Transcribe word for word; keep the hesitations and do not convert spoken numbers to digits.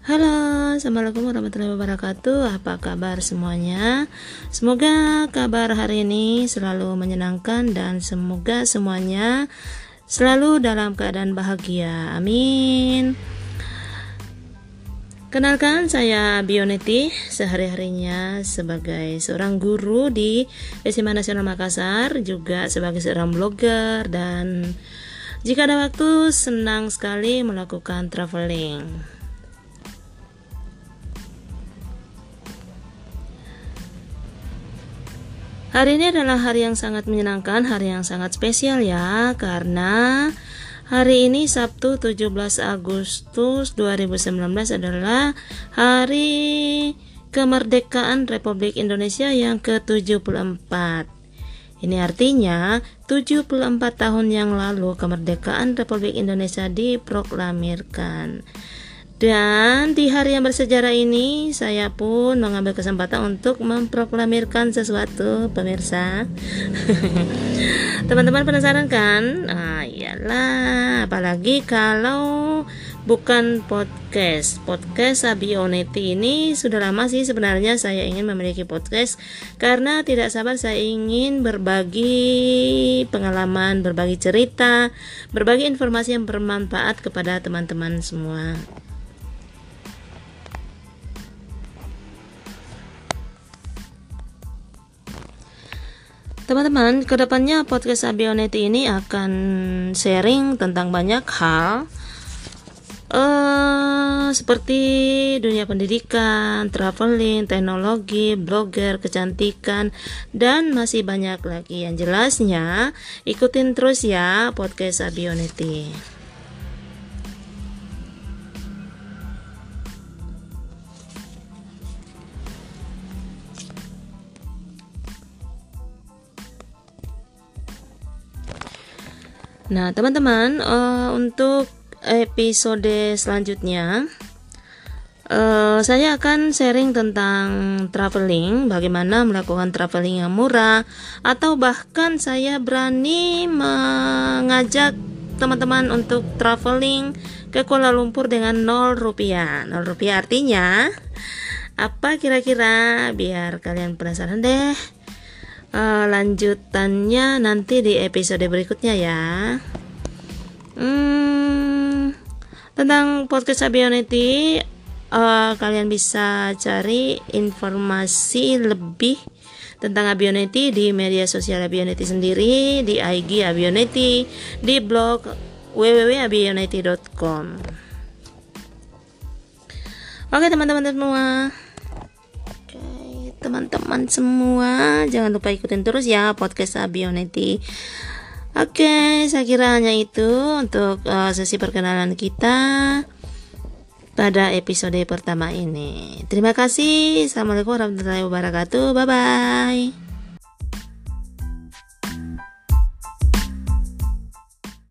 Halo, assalamualaikum warahmatullahi wabarakatuh. Apa kabar semuanya? Semoga kabar hari ini selalu menyenangkan dan semoga semuanya selalu dalam keadaan bahagia. Amin. Kenalkan, saya Bioneti, sehari-harinya sebagai seorang guru di S M A Nasional Makassar, juga sebagai seorang blogger, dan jika ada waktu senang sekali melakukan traveling. Hari ini adalah hari yang sangat menyenangkan, hari yang sangat spesial ya, karena hari ini Sabtu tujuh belas Agustus dua ribu sembilan belas adalah hari kemerdekaan Republik Indonesia yang ke tujuh puluh empat. Ini artinya tujuh puluh empat tahun yang lalu kemerdekaan Republik Indonesia diproklamirkan. Dan di hari yang bersejarah ini saya pun mengambil kesempatan untuk memproklamirkan sesuatu, pemirsa. Teman-teman penasaran kan? Ah, iyalah, apalagi kalau bukan podcast. Podcast Bioneti ini sudah lama sih sebenarnya saya ingin memiliki podcast, karena tidak sabar saya ingin berbagi pengalaman, berbagi cerita, berbagi informasi yang bermanfaat kepada teman-teman semua. Teman-teman, kedepannya podcast Bioneti ini akan sharing tentang banyak hal, uh, seperti dunia pendidikan, traveling, teknologi, blogger, kecantikan, dan masih banyak lagi. Yang jelasnya ikutin terus ya podcast Bioneti. Nah, teman-teman, uh, untuk episode selanjutnya uh, saya akan sharing tentang traveling, bagaimana melakukan traveling yang murah, atau bahkan saya berani mengajak teman-teman untuk traveling ke Kuala Lumpur dengan nol rupiah. Nol rupiah artinya apa kira-kira? Biar kalian penasaran deh. Uh, lanjutannya nanti di episode berikutnya ya. Hmm, tentang podcast Bioneti, uh, kalian bisa cari informasi lebih tentang Bioneti di media sosial Bioneti sendiri, di I G Bioneti, di blog w w w titik bioneti titik com. Oke teman-teman semua. Teman-teman semua, jangan lupa ikutin terus ya podcast Bioneti. Oke, saya kira hanya itu untuk uh, sesi perkenalan kita pada episode pertama ini. Terima kasih. Assalamualaikum warahmatullahi wabarakatuh. Bye bye.